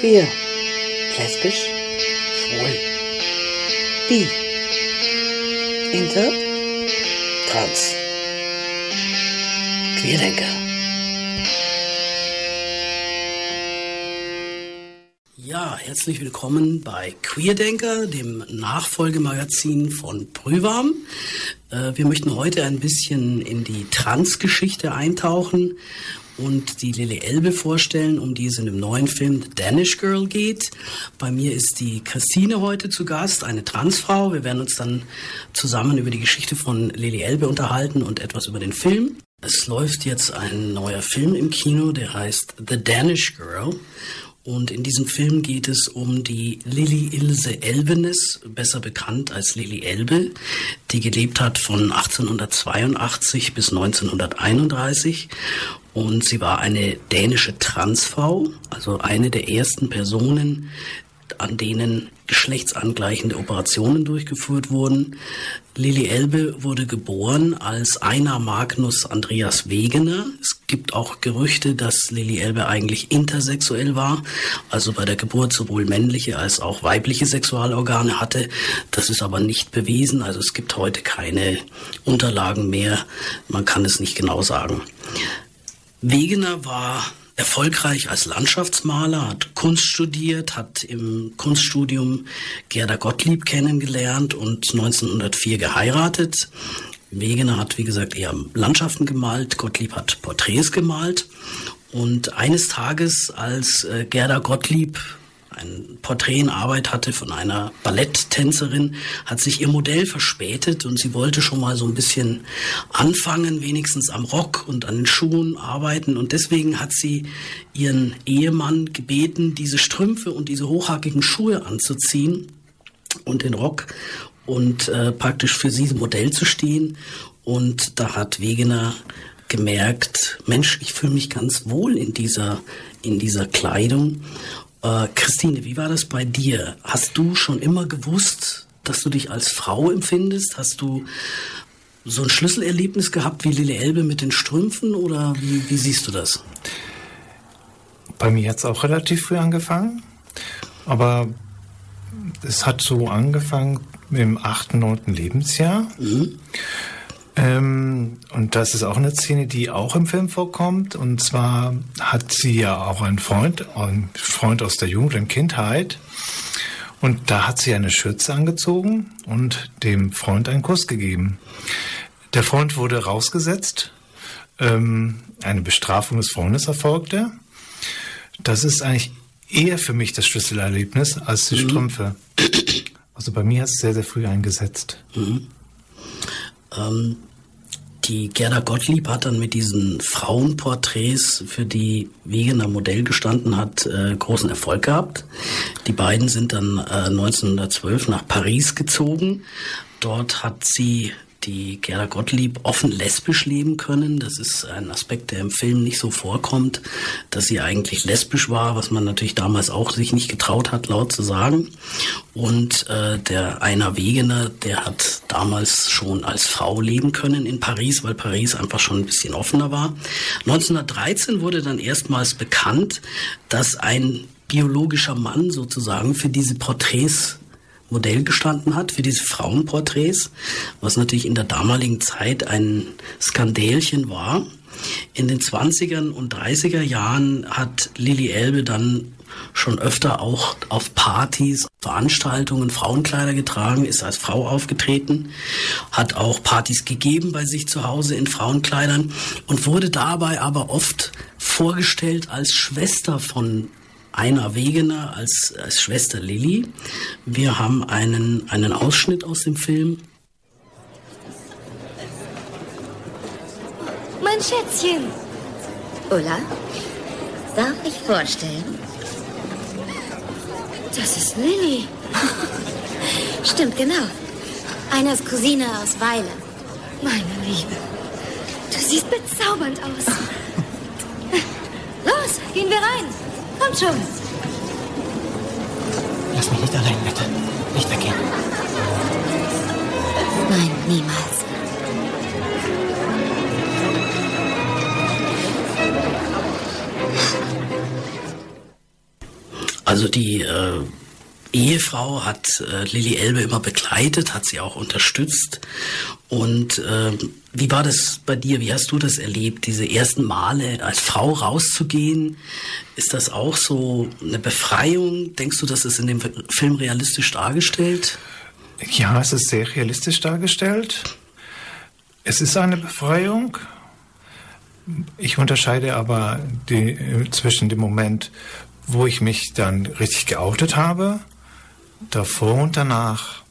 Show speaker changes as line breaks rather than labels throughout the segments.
Queer, lesbisch, schwul, bi, inter, trans, Queerdenker. Ja, herzlich willkommen bei Queerdenker, dem Nachfolgemagazin von Brühwarm. Wir möchten heute ein bisschen in die Trans-Geschichte eintauchen und die Lily Elbe vorstellen, um die es in dem neuen Film The Danish Girl geht. Bei mir ist die Christine heute zu Gast, eine Transfrau. Wir werden uns dann zusammen über die Geschichte von Lily Elbe unterhalten und etwas über den Film. Es läuft jetzt ein neuer Film im Kino, der heißt The Danish Girl. Und in diesem Film geht es um die Lily Ilse Elvenes, besser bekannt als Lily Elbe, die gelebt hat von 1882 bis 1931. Und sie war eine dänische Transfrau, also eine der ersten Personen, an denen geschlechtsangleichende Operationen durchgeführt wurden. Lily Elbe wurde geboren als Einar Magnus Andreas Wegener. Es gibt auch Gerüchte, dass Lily Elbe eigentlich intersexuell war, also bei der Geburt sowohl männliche als auch weibliche Sexualorgane hatte. Das ist aber nicht bewiesen, also es gibt heute keine Unterlagen mehr. Man kann es nicht genau sagen. Wegener war erfolgreich als Landschaftsmaler, hat Kunst studiert, hat im Kunststudium Gerda Gottlieb kennengelernt und 1904 geheiratet. Wegener hat, wie gesagt, eher Landschaften gemalt, Gottlieb hat Porträts gemalt. Und eines Tages, als Gerda Gottlieb ein Porträt in Arbeit hatte von einer Balletttänzerin, hat sich ihr Modell verspätet und sie wollte schon mal so ein bisschen anfangen, wenigstens am Rock und an den Schuhen arbeiten, und deswegen hat sie ihren Ehemann gebeten, diese Strümpfe und diese hochhackigen Schuhe anzuziehen und den Rock und praktisch für sie Modell zu stehen. Und da hat Wegener gemerkt, Mensch, ich fühle mich ganz wohl in dieser Kleidung. Christine, wie war das bei dir? Hast du schon immer gewusst, dass du dich als Frau empfindest? Hast du so ein Schlüsselerlebnis gehabt wie Lily Elbe mit den Strümpfen, oder wie siehst du das?
Bei mir hat es auch relativ früh angefangen, aber es hat so angefangen im 8., 9. Lebensjahr. Mhm. Und das ist auch eine Szene, die auch im Film vorkommt. Und zwar hat sie ja auch einen Freund aus der Jugend und Kindheit. Und da hat sie eine Schürze angezogen und dem Freund einen Kuss gegeben. Der Freund wurde rausgesetzt. Eine Bestrafung des Freundes erfolgte. Das ist eigentlich eher für mich das Schlüsselerlebnis als die Strümpfe. Also bei mir hat es sehr, sehr früh eingesetzt.
Mhm. Die Gerda Gottlieb hat dann mit diesen Frauenporträts, für die Wegener Modell gestanden hat, großen Erfolg gehabt. Die beiden sind dann 1912 nach Paris gezogen. Dort hat sie, die Gerda Gottlieb, offen lesbisch leben können. Das ist ein Aspekt, der im Film nicht so vorkommt, dass sie eigentlich lesbisch war, was man natürlich damals auch sich nicht getraut hat, laut zu sagen. Und der Einar Wegener, der hat damals schon als Frau leben können in Paris, weil Paris einfach schon ein bisschen offener war. 1913 wurde dann erstmals bekannt, dass ein biologischer Mann sozusagen für diese Porträts Modell gestanden hat, für diese Frauenporträts, was natürlich in der damaligen Zeit ein Skandälchen war. In den 20er und 30er Jahren hat Lily Elbe dann schon öfter auch auf Partys, Veranstaltungen Frauenkleider getragen, ist als Frau aufgetreten, hat auch Partys gegeben bei sich zu Hause in Frauenkleidern und wurde dabei aber oft vorgestellt als Schwester von Einar Wegener, als Schwester Lilly. Wir haben einen Ausschnitt aus dem Film.
Mein Schätzchen. Ulla, darf ich vorstellen? Das ist Lilly. Stimmt, genau. Einers Cousine aus Weilen. Meine Liebe, du siehst bezaubernd aus. Los, gehen wir rein. Kommt schon.
Lass mich nicht allein, bitte. Nicht weggehen.
Nein, niemals.
Also die Ehefrau hat Lili Elbe immer begleitet, hat sie auch unterstützt. Und wie war das bei dir? Wie hast du das erlebt, diese ersten Male als Frau rauszugehen? Ist das auch so eine Befreiung? Denkst du, das ist in dem Film realistisch dargestellt?
Ja, es ist sehr realistisch dargestellt. Es ist eine Befreiung. Ich unterscheide aber zwischen dem Moment, wo ich mich dann richtig geoutet habe, davor und danach.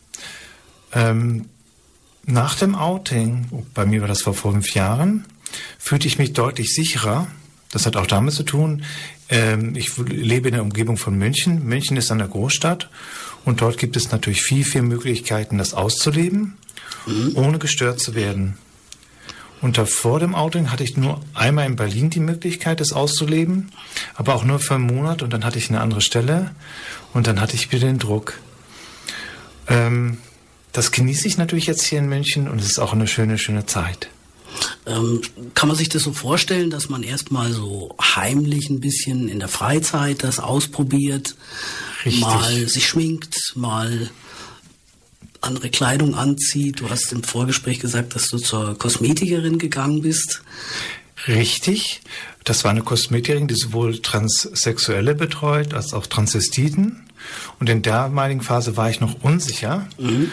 Nach dem Outing, bei mir war das vor 5 Jahren, fühlte ich mich deutlich sicherer. Das hat auch damit zu tun, ich lebe in der Umgebung von München. München ist eine Großstadt und dort gibt es natürlich viel, viel Möglichkeiten, das auszuleben, ohne gestört zu werden. Und vor dem Outing hatte ich nur einmal in Berlin die Möglichkeit, das auszuleben, aber auch nur für einen Monat und dann hatte ich eine andere Stelle und dann hatte ich wieder den Druck. Das genieße ich natürlich jetzt hier in München und es ist auch eine schöne, schöne Zeit.
Kann man sich das so vorstellen, dass man erstmal so heimlich ein bisschen in der Freizeit das ausprobiert,
Richtig.
Mal sich schminkt, mal andere Kleidung anzieht? Du hast im Vorgespräch gesagt, dass du zur Kosmetikerin gegangen bist.
Richtig. Das war eine Kosmetikerin, die sowohl Transsexuelle betreut als auch Transvestiten. Und in der damaligen Phase war ich noch unsicher.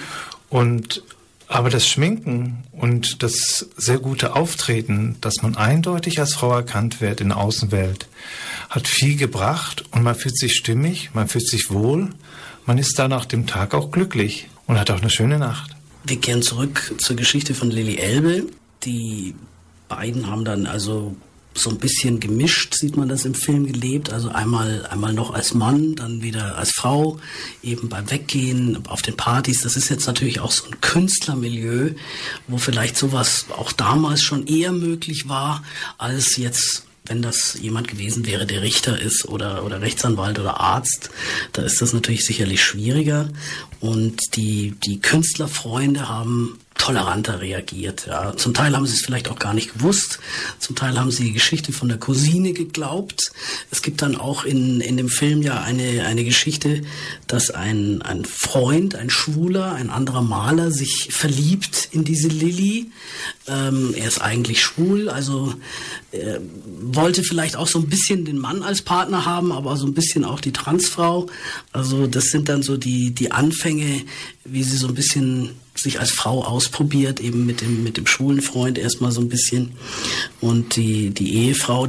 Aber das Schminken und das sehr gute Auftreten, dass man eindeutig als Frau erkannt wird in der Außenwelt, hat viel gebracht und man fühlt sich stimmig, man fühlt sich wohl, man ist da nach dem Tag auch glücklich und hat auch eine schöne Nacht.
Wir kehren zurück zur Geschichte von Lili Elbe. Die beiden haben dann also so ein bisschen gemischt, sieht man das im Film, gelebt. Also einmal noch als Mann, dann wieder als Frau, eben beim Weggehen, auf den Partys. Das ist jetzt natürlich auch so ein Künstlermilieu, wo vielleicht sowas auch damals schon eher möglich war, als jetzt, wenn das jemand gewesen wäre, der Richter ist oder Rechtsanwalt oder Arzt. Da ist das natürlich sicherlich schwieriger. Und die Künstlerfreunde haben toleranter reagiert. Ja. Zum Teil haben sie es vielleicht auch gar nicht gewusst. Zum Teil haben sie die Geschichte von der Cousine geglaubt. Es gibt dann auch in dem Film ja eine Geschichte, dass ein Freund, ein Schwuler, ein anderer Maler sich verliebt in diese Lilly. Er ist eigentlich schwul, also wollte vielleicht auch so ein bisschen den Mann als Partner haben, aber so ein bisschen auch die Transfrau. Also das sind dann so die Anfänge, wie sie so ein bisschen sich als Frau ausprobiert, eben mit dem schwulen Freund erstmal so ein bisschen. Und die Ehefrau,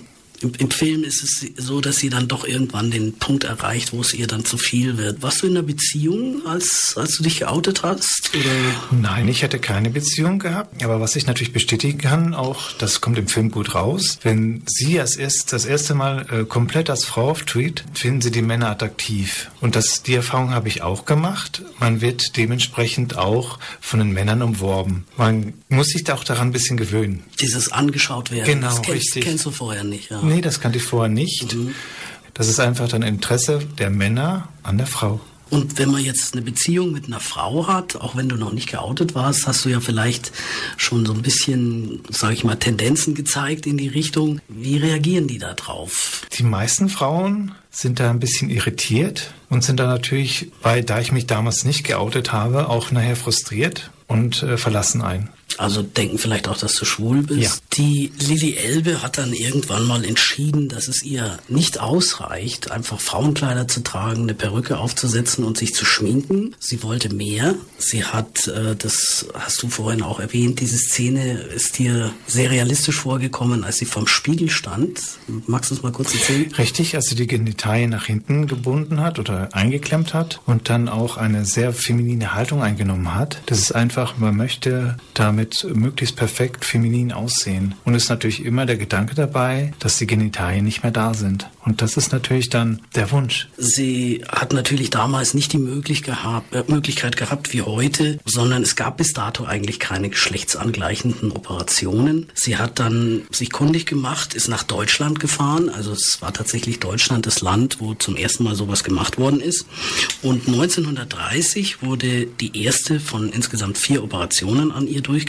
im Film ist es so, dass sie dann doch irgendwann den Punkt erreicht, wo es ihr dann zu viel wird. Warst du in einer Beziehung, als du dich geoutet hast? Oder?
Nein, ich hätte keine Beziehung gehabt. Aber was ich natürlich bestätigen kann, auch das kommt im Film gut raus, wenn sie das erste Mal komplett als Frau auftritt, finden sie die Männer attraktiv. Und die Erfahrung habe ich auch gemacht. Man wird dementsprechend auch von den Männern umworben. Man muss sich da auch daran ein bisschen gewöhnen.
Dieses angeschaut werden,
genau,
das kennst du vorher nicht, ja.
Nee, das kannte ich vorher nicht. Das ist einfach ein Interesse der Männer an der Frau.
Und wenn man jetzt eine Beziehung mit einer Frau hat, auch wenn du noch nicht geoutet warst, hast du ja vielleicht schon so ein bisschen, sage ich mal, Tendenzen gezeigt in die Richtung. Wie reagieren die da drauf?
Die meisten Frauen sind da ein bisschen irritiert und sind da natürlich, da ich mich damals nicht geoutet habe, auch nachher frustriert und verlassen einen.
Also denken vielleicht auch, dass du schwul bist.
Ja.
Die Lili Elbe hat dann irgendwann mal entschieden, dass es ihr nicht ausreicht, einfach Frauenkleider zu tragen, eine Perücke aufzusetzen und sich zu schminken. Sie wollte mehr. Sie hat, das hast du vorhin auch erwähnt, diese Szene ist dir sehr realistisch vorgekommen, als sie vorm Spiegel stand. Magst du es mal kurz erzählen?
Richtig, als sie die Genitalien nach hinten gebunden hat oder eingeklemmt hat und dann auch eine sehr feminine Haltung eingenommen hat. Das ist einfach, man möchte damit möglichst perfekt feminin aussehen. Und es ist natürlich immer der Gedanke dabei, dass die Genitalien nicht mehr da sind. Und das ist natürlich dann der Wunsch.
Sie hat natürlich damals nicht die Möglichkeit gehabt wie heute, sondern es gab bis dato eigentlich keine geschlechtsangleichenden Operationen. Sie hat dann sich kundig gemacht, ist nach Deutschland gefahren. Also es war tatsächlich Deutschland das Land, wo zum ersten Mal sowas gemacht worden ist. Und 1930 wurde die erste von insgesamt 4 Operationen an ihr durchgeführt.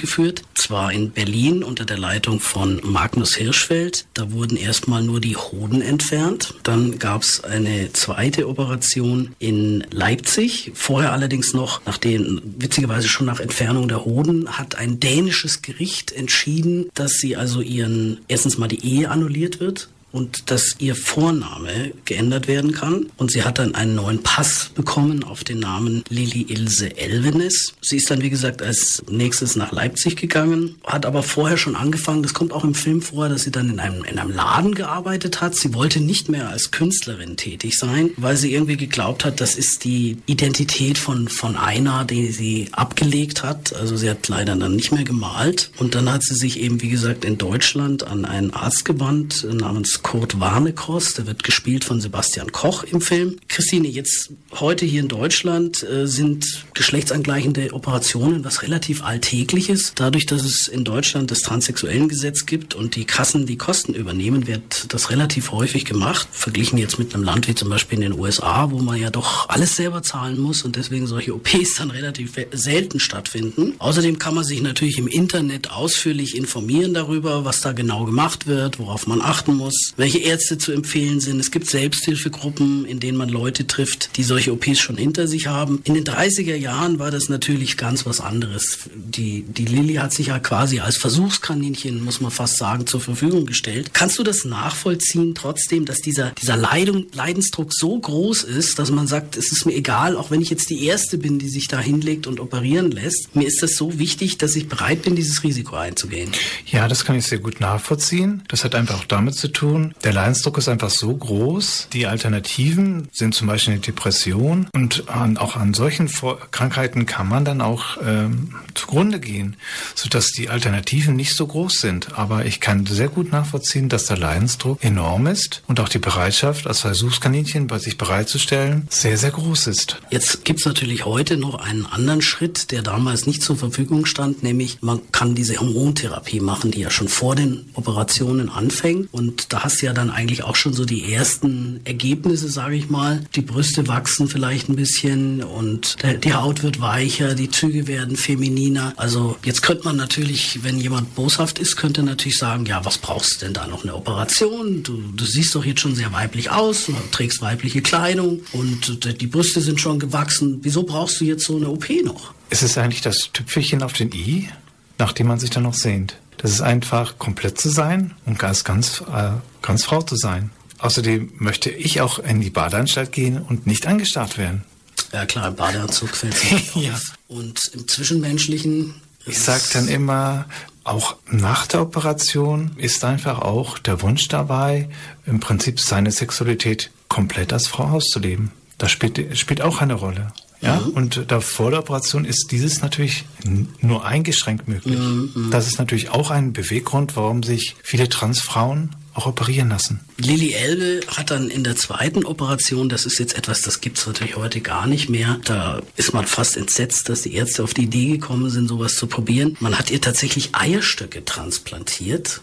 durchgeführt. Zwar in Berlin unter der Leitung von Magnus Hirschfeld. Da wurden erstmal nur die Hoden entfernt. Dann gab es eine zweite Operation in Leipzig. Vorher allerdings noch, witzigerweise schon nach Entfernung der Hoden, hat ein dänisches Gericht entschieden, dass sie also erstens mal die Ehe annulliert wird und dass ihr Vorname geändert werden kann. Und sie hat dann einen neuen Pass bekommen auf den Namen Lili Ilse Elvenes. Sie ist dann, wie gesagt, als nächstes nach Leipzig gegangen, hat aber vorher schon angefangen, das kommt auch im Film vor, dass sie dann in einem Laden gearbeitet hat. Sie wollte nicht mehr als Künstlerin tätig sein, weil sie irgendwie geglaubt hat, das ist die Identität von einer, die sie abgelegt hat. Also sie hat leider dann nicht mehr gemalt. Und dann hat sie sich eben, wie gesagt, in Deutschland an einen Arzt gewandt namens Kurt Warnekos, der wird gespielt von Sebastian Koch im Film. Christine, jetzt heute hier in Deutschland sind geschlechtsangleichende Operationen was relativ Alltägliches. Dadurch, dass es in Deutschland das Transsexuellengesetz gibt und die Kassen die Kosten übernehmen, wird das relativ häufig gemacht. Verglichen jetzt mit einem Land wie zum Beispiel in den USA, wo man ja doch alles selber zahlen muss und deswegen solche OPs dann relativ selten stattfinden. Außerdem kann man sich natürlich im Internet ausführlich informieren darüber, was da genau gemacht wird, worauf man achten muss, welche Ärzte zu empfehlen sind. Es gibt Selbsthilfegruppen, in denen man Leute trifft, die solche OPs schon hinter sich haben. In den 30er Jahren war das natürlich ganz was anderes. Die Lili hat sich ja quasi als Versuchskaninchen, muss man fast sagen, zur Verfügung gestellt. Kannst du das nachvollziehen trotzdem, dass dieser Leidensdruck so groß ist, dass man sagt, es ist mir egal, auch wenn ich jetzt die Erste bin, die sich da hinlegt und operieren lässt, mir ist das so wichtig, dass ich bereit bin, dieses Risiko einzugehen?
Ja, das kann ich sehr gut nachvollziehen. Das hat einfach auch damit zu tun, der Leidensdruck ist einfach so groß. Die Alternativen sind zum Beispiel eine Depression und auch an solchen Krankheiten kann man dann auch zugrunde gehen, sodass die Alternativen nicht so groß sind. Aber ich kann sehr gut nachvollziehen, dass der Leidensdruck enorm ist und auch die Bereitschaft, als Versuchskaninchen bei sich bereitzustellen, sehr, sehr groß ist.
Jetzt gibt es natürlich heute noch einen anderen Schritt, der damals nicht zur Verfügung stand, nämlich man kann diese Hormontherapie machen, die ja schon vor den Operationen anfängt. Und da hast du ja dann eigentlich auch schon so die ersten Ergebnisse, sage ich mal. Die Brüste wachsen vielleicht ein bisschen und die Haut wird weicher, die Züge werden femininer. Also jetzt könnte man natürlich, wenn jemand boshaft ist, könnte natürlich sagen, ja, was brauchst du denn da noch, eine Operation? Du siehst doch jetzt schon sehr weiblich aus, du trägst weibliche Kleidung und die Brüste sind schon gewachsen. Wieso brauchst du jetzt so eine OP noch?
Ist es eigentlich das Tüpfelchen auf den i, nach dem man sich dann noch sehnt? Das ist einfach, komplett zu sein und ganz Frau zu sein. Außerdem möchte ich auch in die Badeanstalt gehen und nicht angestarrt werden.
Ja klar, im Badeanzug fällt es nicht aus. Ja. Und im Zwischenmenschlichen...
Ich sage dann immer, auch nach der Operation ist einfach auch der Wunsch dabei, im Prinzip seine Sexualität komplett als Frau auszuleben. Das spielt auch eine Rolle. Ja, und vor der Operation ist dieses natürlich nur eingeschränkt möglich. Das ist natürlich auch ein Beweggrund, warum sich viele Transfrauen auch operieren lassen.
Lili Elbe hat dann in der zweiten Operation, das ist jetzt etwas, das gibt es natürlich heute gar nicht mehr, da ist man fast entsetzt, dass die Ärzte auf die Idee gekommen sind, sowas zu probieren. Man hat ihr tatsächlich Eierstöcke transplantiert.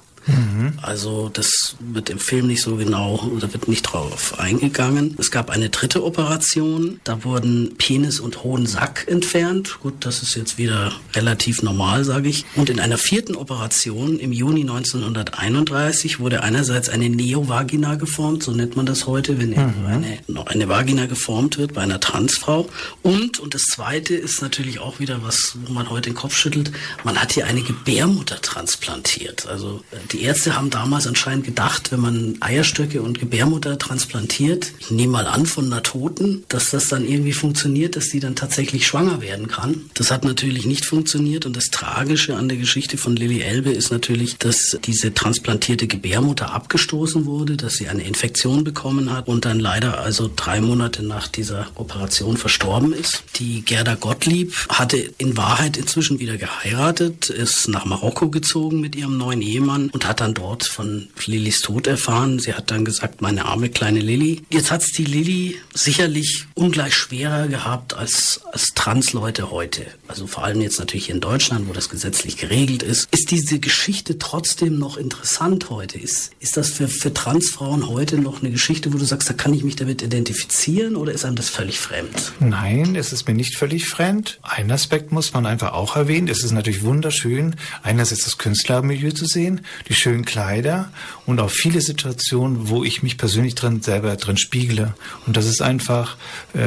Also das wird im Film nicht so genau, da wird nicht drauf eingegangen. Es gab eine dritte Operation, da wurden Penis und Hodensack entfernt. Gut, das ist jetzt wieder relativ normal, sage ich. Und in einer vierten Operation im Juni 1931 wurde einerseits eine Neovagina geformt, so nennt man das heute, wenn eine Vagina geformt wird bei einer Transfrau. Und das zweite ist natürlich auch wieder was, wo man heute den Kopf schüttelt, man hat hier eine Gebärmutter transplantiert. Also die Ärzte haben damals anscheinend gedacht, wenn man Eierstöcke und Gebärmutter transplantiert, ich nehme mal an von einer Toten, dass das dann irgendwie funktioniert, dass die dann tatsächlich schwanger werden kann. Das hat natürlich nicht funktioniert und das Tragische an der Geschichte von Lili Elbe ist natürlich, dass diese transplantierte Gebärmutter abgestoßen wurde, dass sie eine Infektion bekommen hat und dann leider also 3 Monate nach dieser Operation verstorben ist. Die Gerda Gottlieb hatte in Wahrheit inzwischen wieder geheiratet, ist nach Marokko gezogen mit ihrem neuen Ehemann und und hat dann dort von Lillys Tod erfahren. Sie hat dann gesagt, meine arme kleine Lilly. Jetzt hat's die Lilly sicherlich ungleich schwerer gehabt als Transleute heute. Also vor allem jetzt natürlich hier in Deutschland, wo das gesetzlich geregelt ist. Ist diese Geschichte trotzdem noch interessant heute? Ist das für Transfrauen heute noch eine Geschichte, wo du sagst, da kann ich mich damit identifizieren, oder ist einem das völlig fremd?
Nein, es ist mir nicht völlig fremd. Einen Aspekt muss man einfach auch erwähnen. Es ist natürlich wunderschön, einerseits das Künstlermilieu zu sehen, die schönen Kleider und auch viele Situationen, wo ich mich persönlich selber drin spiegle. Und das ist einfach,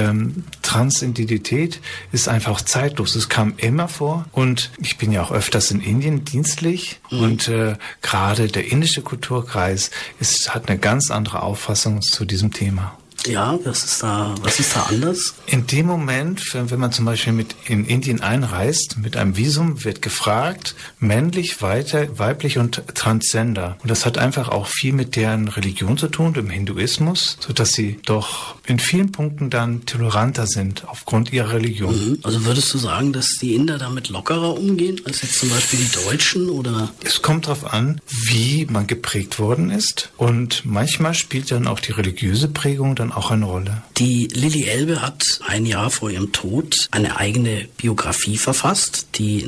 Transidentität ist einfach zeitlos. Es kam immer vor, und ich bin ja auch öfters in Indien dienstlich, und gerade der indische Kulturkreis hat eine ganz andere Auffassung zu diesem Thema.
Ja, was ist da anders?
In dem Moment, wenn man zum Beispiel in Indien einreist, mit einem Visum wird gefragt, männlich, weiblich und Transgender. Und das hat einfach auch viel mit deren Religion zu tun, dem Hinduismus, sodass sie doch in vielen Punkten dann toleranter sind aufgrund ihrer Religion.
Also würdest du sagen, dass die Inder damit lockerer umgehen als jetzt zum Beispiel die Deutschen, oder?
Es kommt darauf an, wie man geprägt worden ist, und manchmal spielt dann auch die religiöse Prägung dann auch eine Rolle.
Die Lilly Elbe hat ein Jahr vor ihrem Tod eine eigene Biografie verfasst, die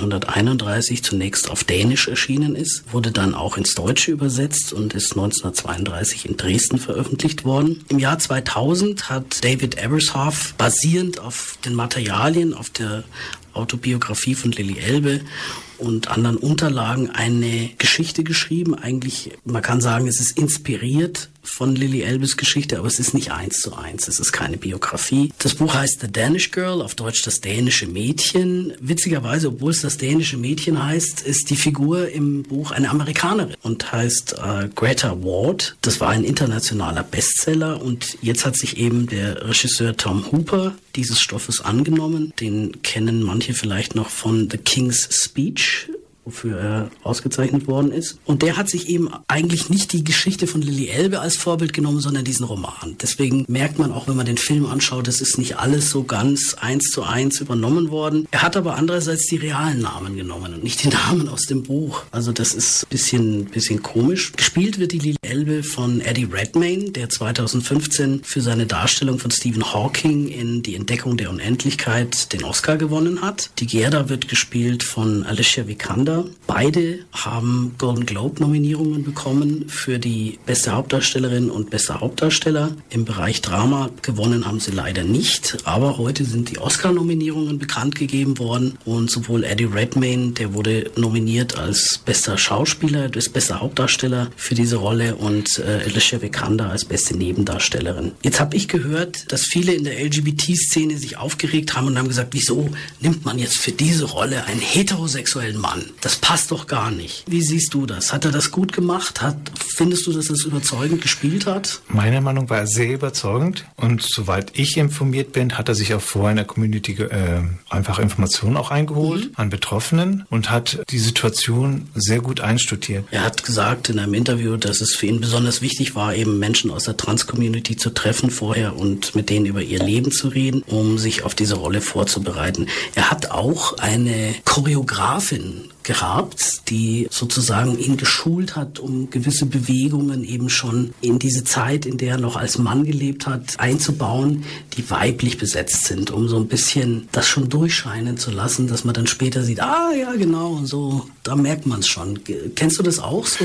1931 zunächst auf Dänisch erschienen ist, wurde dann auch ins Deutsche übersetzt und ist 1932 in Dresden veröffentlicht worden. Im Jahr 2000 hat David Ebershoff basierend auf den Materialien, auf der Autobiografie von Lilly Elbe und anderen Unterlagen eine Geschichte geschrieben. Eigentlich, man kann sagen, es ist inspiriert von Lilly Elbes Geschichte, aber es ist nicht 1:1. Es ist keine Biografie. Das Buch heißt The Danish Girl, auf Deutsch das dänische Mädchen. Witzigerweise, obwohl es das dänische Mädchen heißt, ist die Figur im Buch eine Amerikanerin und heißt Greta Ward. Das war ein internationaler Bestseller, und jetzt hat sich eben der Regisseur Tom Hooper dieses Stoffes angenommen. Den kennen manche vielleicht noch von The King's Speech, wofür er ausgezeichnet worden ist. Und der hat sich eben eigentlich nicht die Geschichte von Lilly Elbe als Vorbild genommen, sondern diesen Roman. Deswegen merkt man auch, wenn man den Film anschaut, das ist nicht alles so ganz 1:1 übernommen worden. Er hat aber andererseits die realen Namen genommen und nicht die Namen aus dem Buch. Also das ist ein bisschen komisch. Gespielt wird die Lilly Elbe von Eddie Redmayne, der 2015 für seine Darstellung von Stephen Hawking in Die Entdeckung der Unendlichkeit den Oscar gewonnen hat. Die Gerda wird gespielt von Alicia Vikander. Beide haben Golden Globe-Nominierungen bekommen für die beste Hauptdarstellerin und bester Hauptdarsteller. Im Bereich Drama gewonnen haben sie leider nicht, aber heute sind die Oscar-Nominierungen bekannt gegeben worden, und sowohl Eddie Redmayne, der wurde nominiert als bester Schauspieler, als bester Hauptdarsteller für diese Rolle, und Alicia Vikander als beste Nebendarstellerin. Jetzt habe ich gehört, dass viele in der LGBT-Szene sich aufgeregt haben und haben gesagt, wieso nimmt man jetzt für diese Rolle einen heterosexuellen Mann? Das passt doch gar nicht. Wie siehst du das? Hat er das gut gemacht? Findest du, dass er es überzeugend gespielt hat?
Meiner Meinung war er sehr überzeugend, und soweit ich informiert bin, hat er sich auch vorher in der Community einfach Informationen auch eingeholt an Betroffenen und hat die Situation sehr gut einstudiert.
Er hat gesagt in einem Interview, dass es für ihn besonders wichtig war, eben Menschen aus der Trans-Community zu treffen vorher und mit denen über ihr Leben zu reden, um sich auf diese Rolle vorzubereiten. Er hat auch eine Choreografin gehabt, die sozusagen ihn geschult hat, um gewisse Bewegungen eben schon in diese Zeit, in der er noch als Mann gelebt hat, einzubauen, die weiblich besetzt sind, um so ein bisschen das schon durchscheinen zu lassen, dass man dann später sieht, ja genau, und so, da merkt man es schon. Kennst du das auch so?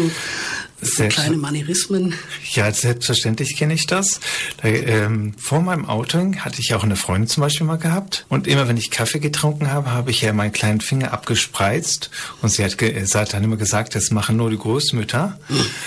So kleine Manierismen?
Ja, selbstverständlich kenne ich das. Vor meinem Outing hatte ich auch eine Freundin zum Beispiel mal gehabt. Und immer wenn ich Kaffee getrunken habe, habe ich ja meinen kleinen Finger abgespreizt. Und sie hat dann immer gesagt, das machen nur die Großmütter.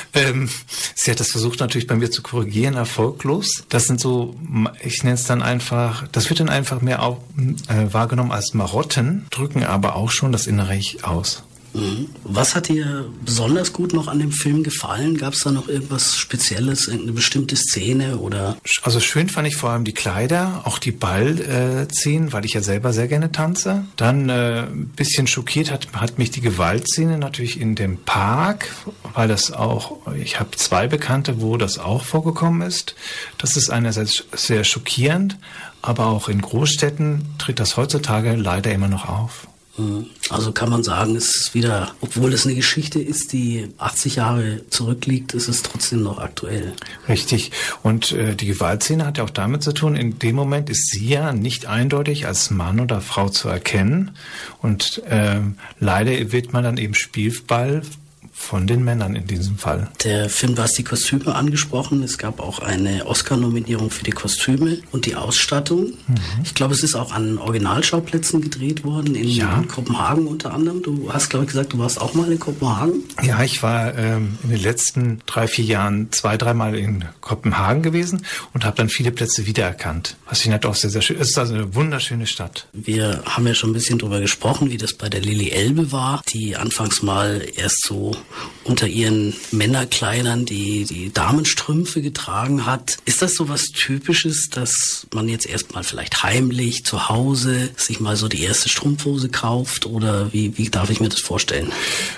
Sie hat das versucht natürlich bei mir zu korrigieren, erfolglos. Das sind so, ich nenne es dann einfach, das wird dann einfach mehr auch, wahrgenommen als Marotten, drücken aber auch schon das Innere Ich aus.
Was hat dir besonders gut noch an dem Film gefallen? Gab es da noch irgendwas Spezielles, irgendeine bestimmte Szene oder?
Also schön fand ich vor allem die Kleider, auch die Ballszenen, weil ich ja selber sehr gerne tanze. Dann ein bisschen schockiert hat mich die Gewaltszene natürlich in dem Park, weil das auch, ich habe 2 Bekannte, wo das auch vorgekommen ist. Das ist einerseits sehr schockierend, aber auch in Großstädten tritt das heutzutage leider immer noch auf.
Also kann man sagen, es ist wieder, obwohl es eine Geschichte ist, die 80 Jahre zurückliegt, ist es trotzdem noch aktuell.
Richtig. Und die Gewaltszene hat ja auch damit zu tun, in dem Moment ist sie ja nicht eindeutig als Mann oder Frau zu erkennen. Und leider wird man dann eben Spielball von den Männern in diesem Fall.
Der Film, du hast die Kostüme angesprochen. Es gab auch eine Oscar-Nominierung für die Kostüme und die Ausstattung. Ich glaube, es ist auch an Originalschauplätzen gedreht worden, in Kopenhagen unter anderem. Du hast, glaube ich, gesagt, du warst auch mal in Kopenhagen.
Ja, ich war in den letzten 3-4 Jahren 2-3 Mal in Kopenhagen gewesen und habe dann viele Plätze wiedererkannt. Was ich nicht auch sehr, sehr schön. Es ist also eine wunderschöne Stadt.
Wir haben ja schon ein bisschen drüber gesprochen, wie das bei der Lili Elbe war, die anfangs mal erst so unter ihren Männerkleidern die Damenstrümpfe getragen hat. Ist das so was Typisches, dass man jetzt erstmal vielleicht heimlich zu Hause sich mal so die erste Strumpfhose kauft? Oder wie darf ich mir das vorstellen?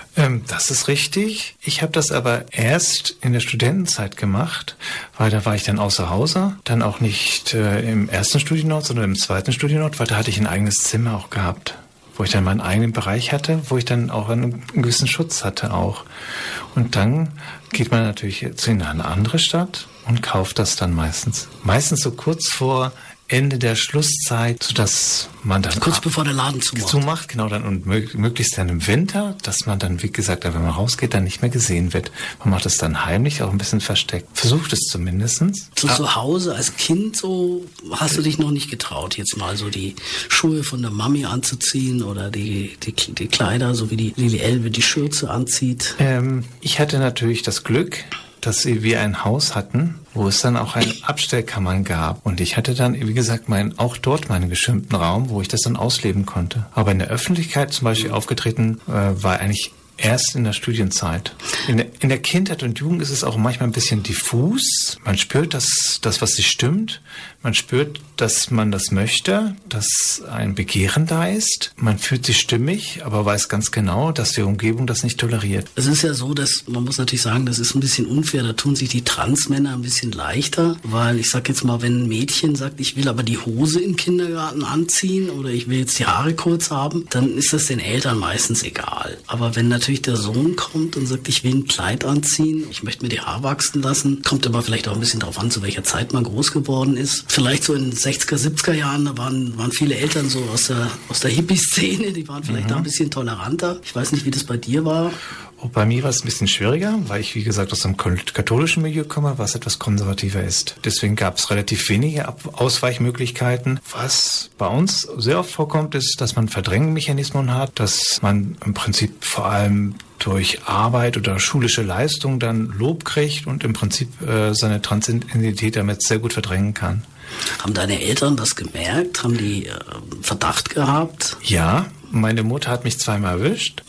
Das ist richtig. Ich habe das aber erst in der Studentenzeit gemacht, weil da war ich dann außer Hause, dann auch nicht im ersten Studienort, sondern im zweiten Studienort, weil da hatte ich ein eigenes Zimmer auch gehabt, wo ich dann meinen eigenen Bereich hatte, wo ich dann auch einen gewissen Schutz hatte auch. Und dann geht man natürlich in eine andere Stadt und kauft das dann meistens so kurz vor Ende der Schlusszeit, sodass man dann
kurz bevor der Laden zumacht.
Genau, dann und möglichst dann im Winter, dass man dann, wie gesagt, wenn man rausgeht, dann nicht mehr gesehen wird. Man macht es dann heimlich, auch ein bisschen versteckt. Versucht es zumindestens.
Zu Hause als Kind so hast du dich noch nicht getraut, jetzt mal so die Schuhe von der Mami anzuziehen oder die Kleider, so wie die Lili Elbe die Schürze anzieht?
Ich hatte natürlich das Glück, dass wir ein Haus hatten, wo es dann auch eine Abstellkammern gab. Und ich hatte dann, wie gesagt, auch dort meinen geschirmten Raum, wo ich das dann ausleben konnte. Aber in der Öffentlichkeit zum Beispiel aufgetreten war eigentlich erst in der Studienzeit. In der Kindheit und Jugend ist es auch manchmal ein bisschen diffus. Man spürt, dass das, was sich stimmt. Man spürt, dass man das möchte, dass ein Begehren da ist. Man fühlt sich stimmig, aber weiß ganz genau, dass die Umgebung das nicht toleriert.
Es ist ja so, dass man muss natürlich sagen, das ist ein bisschen unfair. Da tun sich die Transmänner ein bisschen leichter, weil ich sag jetzt mal, wenn ein Mädchen sagt, ich will aber die Hose im Kindergarten anziehen oder ich will jetzt die Haare kurz haben, dann ist das den Eltern meistens egal. Aber wenn natürlich der Sohn kommt und sagt, ich will ein Kleid anziehen, ich möchte mir die Haare wachsen lassen, kommt aber vielleicht auch ein bisschen darauf an, zu welcher Zeit man groß geworden ist. Vielleicht so in den 60er, 70er Jahren, da waren viele Eltern so aus der Hippie-Szene, die waren vielleicht da ein bisschen toleranter. Ich weiß nicht, wie das bei dir war.
Bei mir war es ein bisschen schwieriger, weil ich, wie gesagt, aus einem katholischen Milieu komme, was etwas konservativer ist. Deswegen gab es relativ wenige Ausweichmöglichkeiten. Was bei uns sehr oft vorkommt, ist, dass man Verdrängmechanismen hat, dass man im Prinzip vor allem durch Arbeit oder schulische Leistung dann Lob kriegt und im Prinzip seine Transidentität damit sehr gut verdrängen kann.
Haben deine Eltern das gemerkt? Haben die Verdacht gehabt?
Ja, meine Mutter hat mich zweimal erwischt.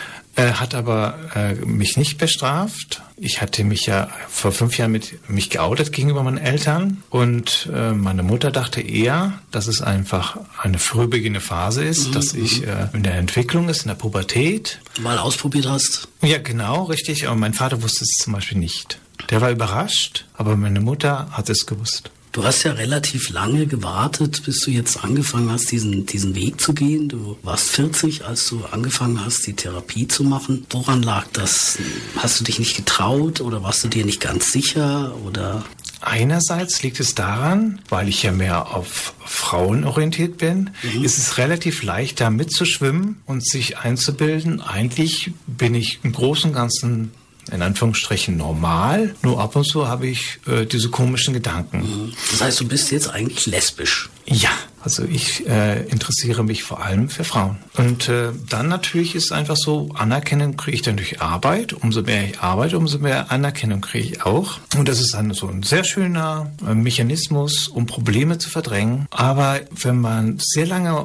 Hat aber mich nicht bestraft. Ich hatte mich ja vor 5 Jahren mich geoutet gegenüber meinen Eltern und meine Mutter dachte eher, dass es einfach eine früh beginnende Phase ist, dass ich in der Entwicklung ist, in der Pubertät.
Mal ausprobiert hast?
Ja, genau, richtig. Aber mein Vater wusste es zum Beispiel nicht. Der war überrascht, aber meine Mutter hat es gewusst.
Du hast ja relativ lange gewartet, bis du jetzt angefangen hast, diesen Weg zu gehen. Du warst 40, als du angefangen hast, die Therapie zu machen. Woran lag das? Hast du dich nicht getraut oder warst du dir nicht ganz sicher? Oder?
Einerseits liegt es daran, weil ich ja mehr auf Frauen orientiert bin, ist es relativ leicht, da mitzuschwimmen und sich einzubilden. Eigentlich bin ich im Großen und Ganzen in Anführungsstrichen normal, nur ab und zu habe ich diese komischen Gedanken.
Das heißt, du bist jetzt eigentlich lesbisch?
Ja, also ich interessiere mich vor allem für Frauen. Und dann natürlich ist es einfach so, Anerkennung kriege ich dann durch Arbeit. Umso mehr ich arbeite, umso mehr Anerkennung kriege ich auch. Und das ist dann so ein sehr schöner Mechanismus, um Probleme zu verdrängen. Aber wenn man sehr lange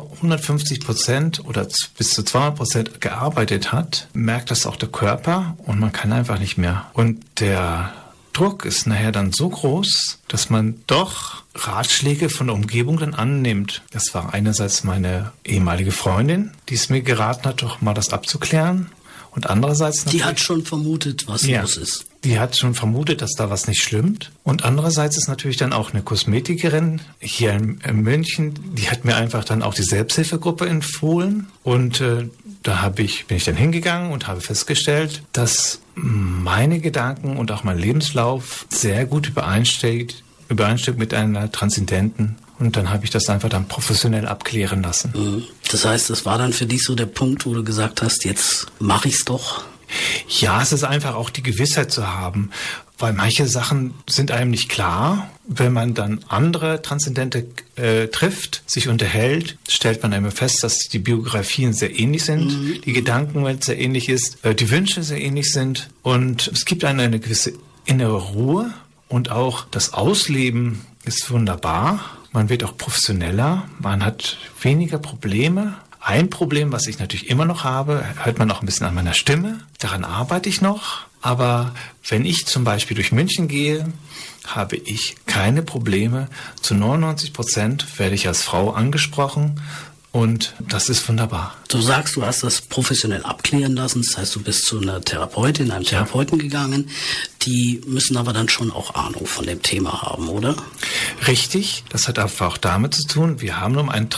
150% oder bis zu 200% gearbeitet hat, merkt das auch der Körper und man kann einfach nicht mehr. Und der Druck ist nachher dann so groß, dass man doch Ratschläge von der Umgebung dann annimmt. Das war einerseits meine ehemalige Freundin, die es mir geraten hat, doch mal das abzuklären. Und andererseits
die hat schon vermutet, was los ist.
die hat schon vermutet, dass da was nicht stimmt. Und andererseits ist natürlich dann auch eine Kosmetikerin hier in München, die hat mir einfach dann auch die Selbsthilfegruppe empfohlen. Und da bin ich dann hingegangen und habe festgestellt, dass meine Gedanken und auch mein Lebenslauf sehr gut übereinstimmt mit einer Transzendenten. Und dann habe ich das einfach dann professionell abklären lassen.
Das heißt, das war dann für dich so der Punkt, wo du gesagt hast, jetzt mache ich's doch.
Ja, es ist einfach auch die Gewissheit zu haben, weil manche Sachen sind einem nicht klar. Wenn man dann andere Transzendente trifft, sich unterhält, stellt man einmal fest, dass die Biografien sehr ähnlich sind, die Gedankenwelt sehr ähnlich ist, die Wünsche sehr ähnlich sind. Und es gibt eine gewisse innere Ruhe und auch das Ausleben ist wunderbar. Man wird auch professioneller, man hat weniger Probleme. Ein Problem, was ich natürlich immer noch habe, hört man auch ein bisschen an meiner Stimme. Daran arbeite ich noch. Aber wenn ich zum Beispiel durch München gehe, habe ich keine Probleme. Zu 99% werde ich als Frau angesprochen. Und das ist wunderbar.
Du sagst, du hast das professionell abklären lassen. Das heißt, du bist zu einer Therapeutin, einem Therapeuten gegangen. Die müssen aber dann schon auch Ahnung von dem Thema haben, oder?
Richtig. Das hat einfach auch damit zu tun. Wir haben nun ein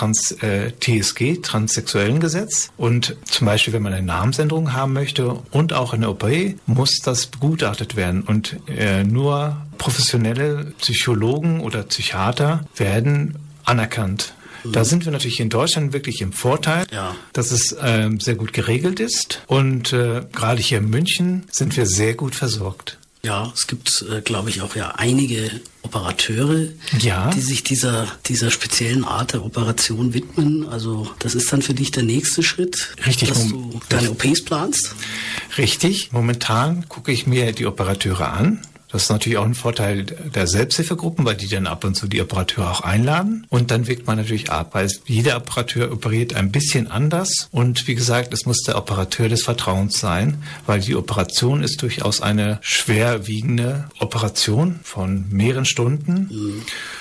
TSG, transsexuellen Gesetz. Und zum Beispiel, wenn man eine Namensänderung haben möchte und auch eine OP, muss das begutachtet werden. Und nur professionelle Psychologen oder Psychiater werden anerkannt. Da sind wir natürlich in Deutschland wirklich im Vorteil, dass es sehr gut geregelt ist. Und gerade hier in München sind wir sehr gut versorgt.
Ja, es gibt, glaube ich, auch einige Operateure, die sich dieser speziellen Art der Operation widmen. Also das ist dann für dich der nächste Schritt,
richtig,
dass du deine OPs planst?
Richtig. Momentan gucke ich mir die Operateure an. Das ist natürlich auch ein Vorteil der Selbsthilfegruppen, weil die dann ab und zu die Operateure auch einladen. Und dann wägt man natürlich ab, weil jeder Operateur operiert ein bisschen anders. Und wie gesagt, es muss der Operateur des Vertrauens sein, weil die Operation ist durchaus eine schwerwiegende Operation von mehreren Stunden.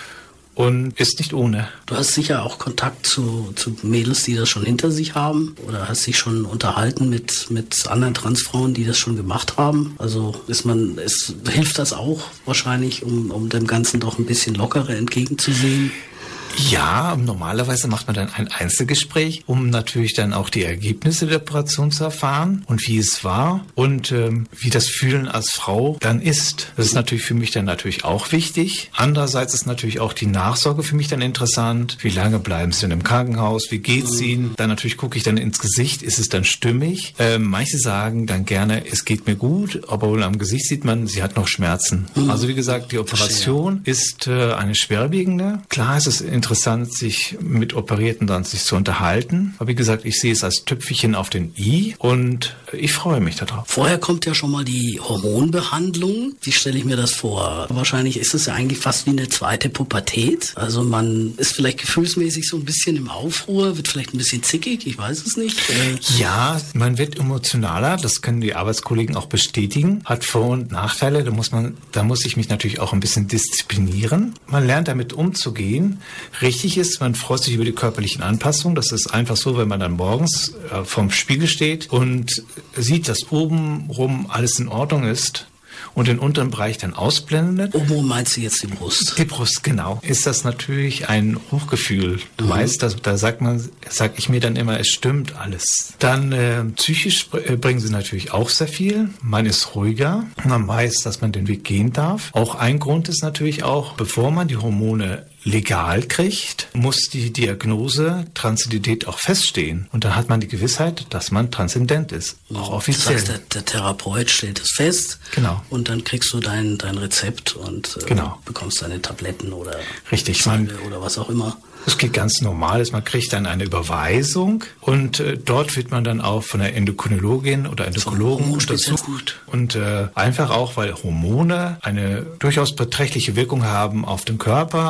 Und ist nicht ohne.
Du hast sicher auch Kontakt zu Mädels, die das schon hinter sich haben, oder hast dich schon unterhalten mit anderen Transfrauen, die das schon gemacht haben. Also hilft das auch wahrscheinlich, um dem Ganzen doch ein bisschen lockerer entgegenzusehen?
Ja, normalerweise macht man dann ein Einzelgespräch, um natürlich dann auch die Ergebnisse der Operation zu erfahren und wie es war und wie das Fühlen als Frau dann ist. Das ist natürlich für mich dann natürlich auch wichtig. Andererseits ist natürlich auch die Nachsorge für mich dann interessant. Wie lange bleiben sie denn im Krankenhaus? Wie geht's ihnen? Dann natürlich gucke ich dann ins Gesicht. Ist es dann stimmig? Manche sagen dann gerne, es geht mir gut, aber wohl am Gesicht sieht man, sie hat noch Schmerzen. Also wie gesagt, die Operation ist eine schwerwiegende. Klar, es ist interessant, sich mit Operierten dann sich zu unterhalten. Aber wie gesagt, ich sehe es als Tüpfelchen auf den i und ich freue mich darauf.
Vorher kommt ja schon mal die Hormonbehandlung. Wie stelle ich mir das vor? Wahrscheinlich ist es ja eigentlich fast wie eine zweite Pubertät. Also man ist vielleicht gefühlsmäßig so ein bisschen im Aufruhr, wird vielleicht ein bisschen zickig, ich weiß es nicht.
Ja, man wird emotionaler, das können die Arbeitskollegen auch bestätigen. Hat Vor- und Nachteile, da muss ich mich natürlich auch ein bisschen disziplinieren. Man lernt damit umzugehen. Richtig ist, man freut sich über die körperlichen Anpassungen. Das ist einfach so, wenn man dann morgens vorm Spiegel steht und sieht, dass obenrum alles in Ordnung ist und den unteren Bereich dann ausblendet.
Obenrum meinst du jetzt die Brust?
Die Brust, genau. Ist das natürlich ein Hochgefühl. Du weißt, da sag ich mir dann immer, es stimmt alles. Dann psychisch bringen sie natürlich auch sehr viel. Man ist ruhiger. Man weiß, dass man den Weg gehen darf. Auch ein Grund ist natürlich auch, bevor man die Hormone legal kriegt, muss die Diagnose Transzendentität auch feststehen. Und dann hat man die Gewissheit, dass man transzendent ist. Auch offiziell.
Das heißt, der Therapeut stellt es fest.
Genau.
Und dann kriegst du dein Rezept und bekommst deine Tabletten oder Salbe oder was auch immer.
Es geht ganz normal, man kriegt dann eine Überweisung und dort wird man dann auch von der Endokrinologin oder Endokrinologen untersucht. Und einfach auch, weil Hormone eine durchaus beträchtliche Wirkung haben auf den Körper, auch auf die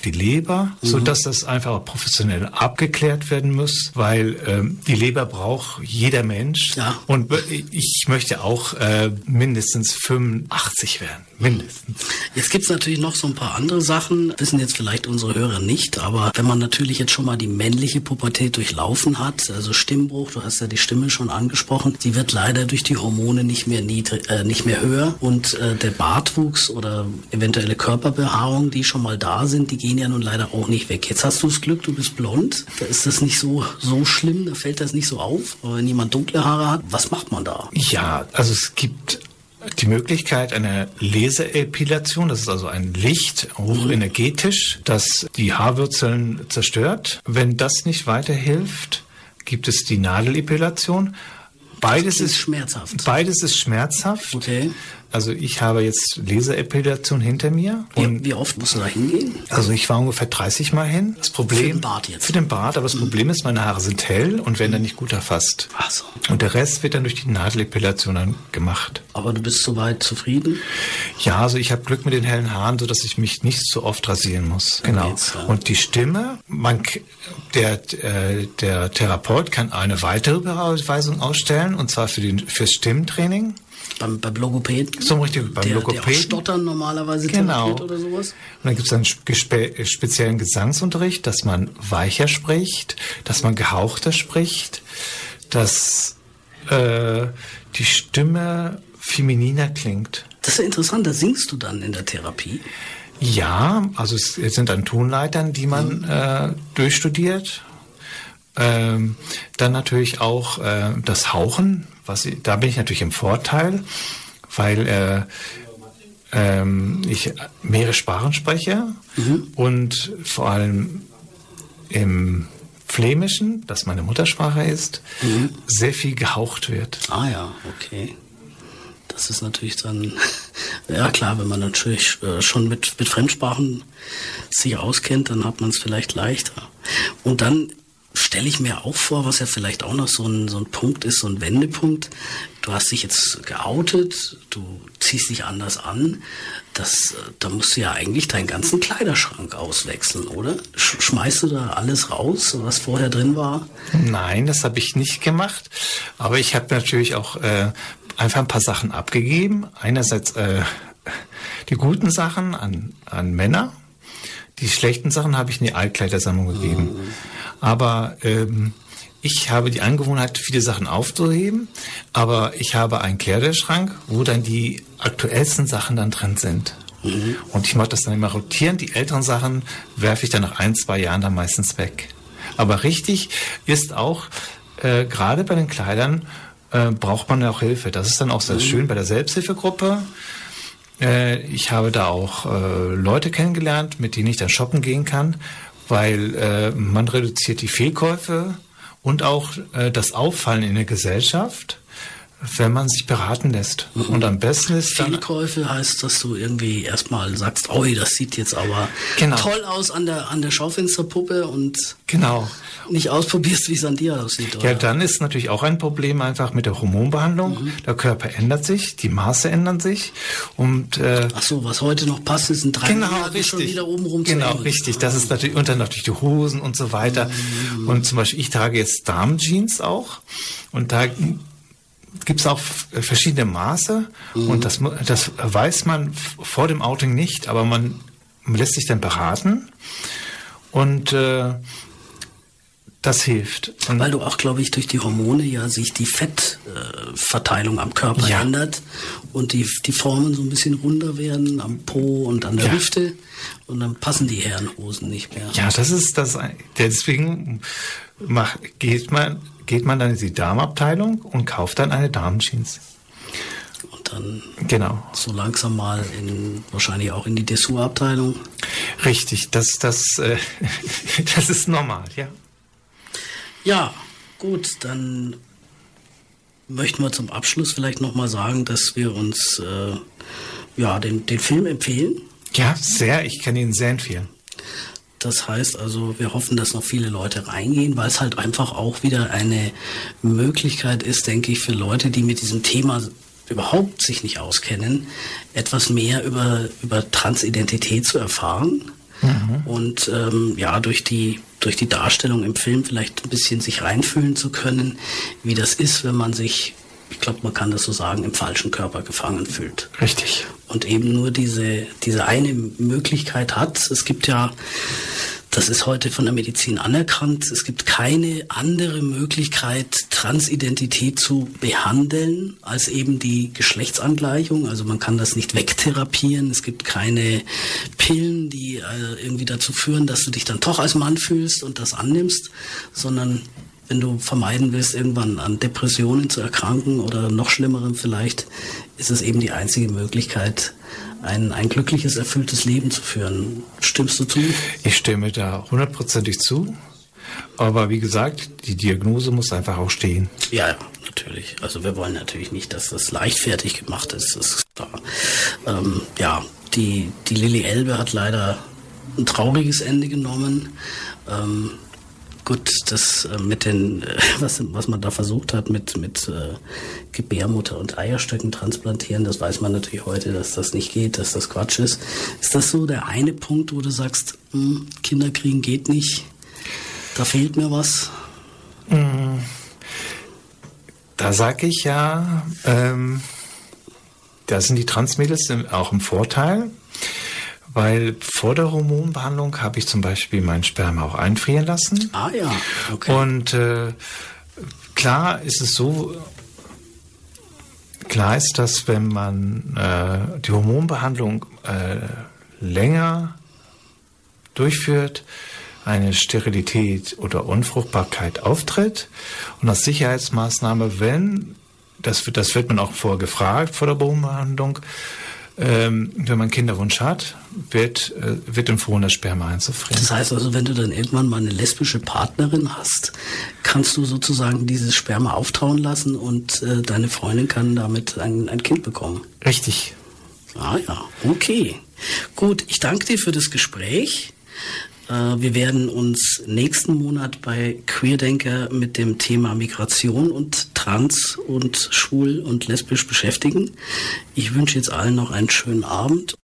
die Leber, sodass das einfach auch professionell abgeklärt werden muss, weil die Leber braucht jeder Mensch.
Ja.
Und ich möchte auch mindestens 85 werden. Mindestens.
Jetzt gibt's natürlich noch so ein paar andere Sachen, wissen jetzt vielleicht unsere Hörer nicht, aber wenn man natürlich jetzt schon mal die männliche Pubertät durchlaufen hat, also Stimmbruch, du hast ja die Stimme schon angesprochen, die wird leider durch die Hormone nicht mehr höher und der Bartwuchs oder eventuelle Körperbehaarung, die schon mal da sind, die gehen ja nun leider auch nicht weg. Jetzt hast du das Glück, du bist blond, da ist das nicht so schlimm, da fällt das nicht so auf, aber wenn jemand dunkle Haare hat, was macht man da?
Ja, also es gibt die Möglichkeit einer Laserepilation, das ist also ein Licht, hochenergetisch, das die Haarwurzeln zerstört. Wenn das nicht weiterhilft, gibt es die Nadelepilation. Beides ist
schmerzhaft.
Beides ist schmerzhaft.
Okay.
Also ich habe jetzt Laserepilation hinter mir. Und
wie oft musst du da hingehen?
Also ich war ungefähr 30 Mal hin. Das Problem,
für den Bart jetzt?
Für den Bart, aber das Problem ist, meine Haare sind hell und werden dann nicht gut erfasst.
Ach so.
Und der Rest wird dann durch die Nadelepilation dann gemacht.
Aber du bist soweit zufrieden?
Ja, also ich habe Glück mit den hellen Haaren, sodass ich mich nicht so oft rasieren muss. Genau.
Geht's, ja.
Und die Stimme, der Therapeut kann eine weitere Beweisung ausstellen, und zwar fürs Stimmtraining.
Beim Logopäden?
So richtig, beim Logopäden.
Der auch Stottern normalerweise
therapiert
oder sowas?
Und dann gibt es einen speziellen Gesangsunterricht, dass man weicher spricht, dass man gehauchter spricht, dass die Stimme femininer klingt.
Das ist ja interessant, da singst du dann in der Therapie?
Ja, also es sind dann Tonleitern, die man durchstudiert. Dann natürlich auch das Hauchen, da bin ich natürlich im Vorteil, weil ich mehrere Sprachen spreche und vor allem im Flämischen, das meine Muttersprache ist, sehr viel gehaucht wird.
Ah ja, okay. Das ist natürlich dann, ja klar, wenn man natürlich schon mit Fremdsprachen sich auskennt, dann hat man es vielleicht leichter. Und dann stelle ich mir auch vor, was ja vielleicht auch noch so ein Punkt ist, so ein Wendepunkt. Du hast dich jetzt geoutet, du ziehst dich anders an. Da musst du ja eigentlich deinen ganzen Kleiderschrank auswechseln, oder? Schmeißt du da alles raus, was vorher drin war?
Nein, das habe ich nicht gemacht. Aber ich habe natürlich auch einfach ein paar Sachen abgegeben. Einerseits die guten Sachen an Männer. Die schlechten Sachen habe ich in die Altkleidersammlung gegeben. Aber ich habe die Angewohnheit, viele Sachen aufzuheben, aber ich habe einen Kleiderschrank, wo dann die aktuellsten Sachen dann drin sind. Und ich mache das dann immer rotierend. Die älteren Sachen werfe ich dann nach 1-2 Jahren dann meistens weg. Aber richtig ist auch, gerade bei den Kleidern braucht man ja auch Hilfe. Das ist dann auch sehr schön bei der Selbsthilfegruppe. Ich habe da auch Leute kennengelernt, mit denen ich dann shoppen gehen kann, weil man reduziert die Fehlkäufe und auch das Auffallen in der Gesellschaft, wenn man sich beraten lässt. Und am besten ist dann...
Fehlkäufe heißt, dass du irgendwie erstmal sagst, oh, das sieht jetzt aber toll aus an der Schaufensterpuppe und nicht ausprobierst, wie es an dir aussieht. Oder?
Ja, dann ist natürlich auch ein Problem einfach mit der Hormonbehandlung. Der Körper ändert sich, die Maße ändern sich. Und,
ach so, was heute noch passt, ist in 3 Monaten schon wieder obenrum zu
Genau, richtig. Das ist natürlich, und dann natürlich die Hosen und so weiter. Und zum Beispiel, ich trage jetzt Damenjeans auch. Und da gibt es auch verschiedene Maße und das weiß man vor dem Outing nicht, aber man lässt sich dann beraten und das hilft. Und
weil du auch, glaube ich, durch die Hormone ja sich die Fettverteilung am Körper ändert und die Formen so ein bisschen runder werden am Po und an der Hüfte und dann passen die Herrenhosen nicht mehr.
Ja, das ist das. Deswegen geht man dann in die Damenabteilung und kauft dann eine Damenjeans.
Und dann so langsam mal wahrscheinlich auch in die Dessous-Abteilung.
Richtig, das ist normal, ja.
Ja, gut, dann möchten wir zum Abschluss vielleicht nochmal sagen, dass wir uns den Film empfehlen.
Ja, sehr, ich kann ihn sehr empfehlen.
Das heißt also, wir hoffen, dass noch viele Leute reingehen, weil es halt einfach auch wieder eine Möglichkeit ist, denke ich, für Leute, die mit diesem Thema überhaupt sich nicht auskennen, etwas mehr über Transidentität zu erfahren. und durch die Darstellung im Film vielleicht ein bisschen sich reinfühlen zu können, wie das ist, wenn man sich, ich glaube, man kann das so sagen, im falschen Körper gefangen fühlt.
Richtig.
Und eben nur diese eine Möglichkeit hat. Es gibt ja, das ist heute von der Medizin anerkannt, es gibt keine andere Möglichkeit, Transidentität zu behandeln, als eben die Geschlechtsangleichung. Also man kann das nicht wegtherapieren. Es gibt keine Pillen, die irgendwie dazu führen, dass du dich dann doch als Mann fühlst und das annimmst, sondern wenn du vermeiden willst, irgendwann an Depressionen zu erkranken oder noch Schlimmerem vielleicht, ist es eben die einzige Möglichkeit, ein glückliches, erfülltes Leben zu führen. Stimmst du zu?
Ich stimme da 100%ig zu. Aber wie gesagt, die Diagnose muss einfach auch stehen.
Ja, natürlich. Also wir wollen natürlich nicht, dass das leichtfertig gemacht ist. Das ist klar. Die Lilly Elbe hat leider ein trauriges Ende genommen. Gut, das mit den, was man da versucht hat mit Gebärmutter und Eierstöcken transplantieren, das weiß man natürlich heute, dass das nicht geht, dass das Quatsch ist. Ist das so der eine Punkt, wo du sagst, Kinder kriegen geht nicht, da fehlt mir was?
Da sage ich ja, da sind die Transmädels auch im Vorteil. Weil vor der Hormonbehandlung habe ich zum Beispiel mein Sperma auch einfrieren lassen.
Ah ja, okay.
Und klar ist das, wenn man die Hormonbehandlung länger durchführt, eine Sterilität oder Unfruchtbarkeit auftritt. Und als Sicherheitsmaßnahme, das wird man auch vorher gefragt vor der Hormonbehandlung, wenn man Kinderwunsch hat, wird empfohlen, das Sperma einzufrieren.
Das heißt also, wenn du dann irgendwann mal eine lesbische Partnerin hast, kannst du sozusagen dieses Sperma auftauen lassen und deine Freundin kann damit ein Kind bekommen.
Richtig.
Ah ja, okay. Gut, ich danke dir für das Gespräch. Wir werden uns nächsten Monat bei Queerdenker mit dem Thema Migration und Trans und Schwul und Lesbisch beschäftigen. Ich wünsche jetzt allen noch einen schönen Abend.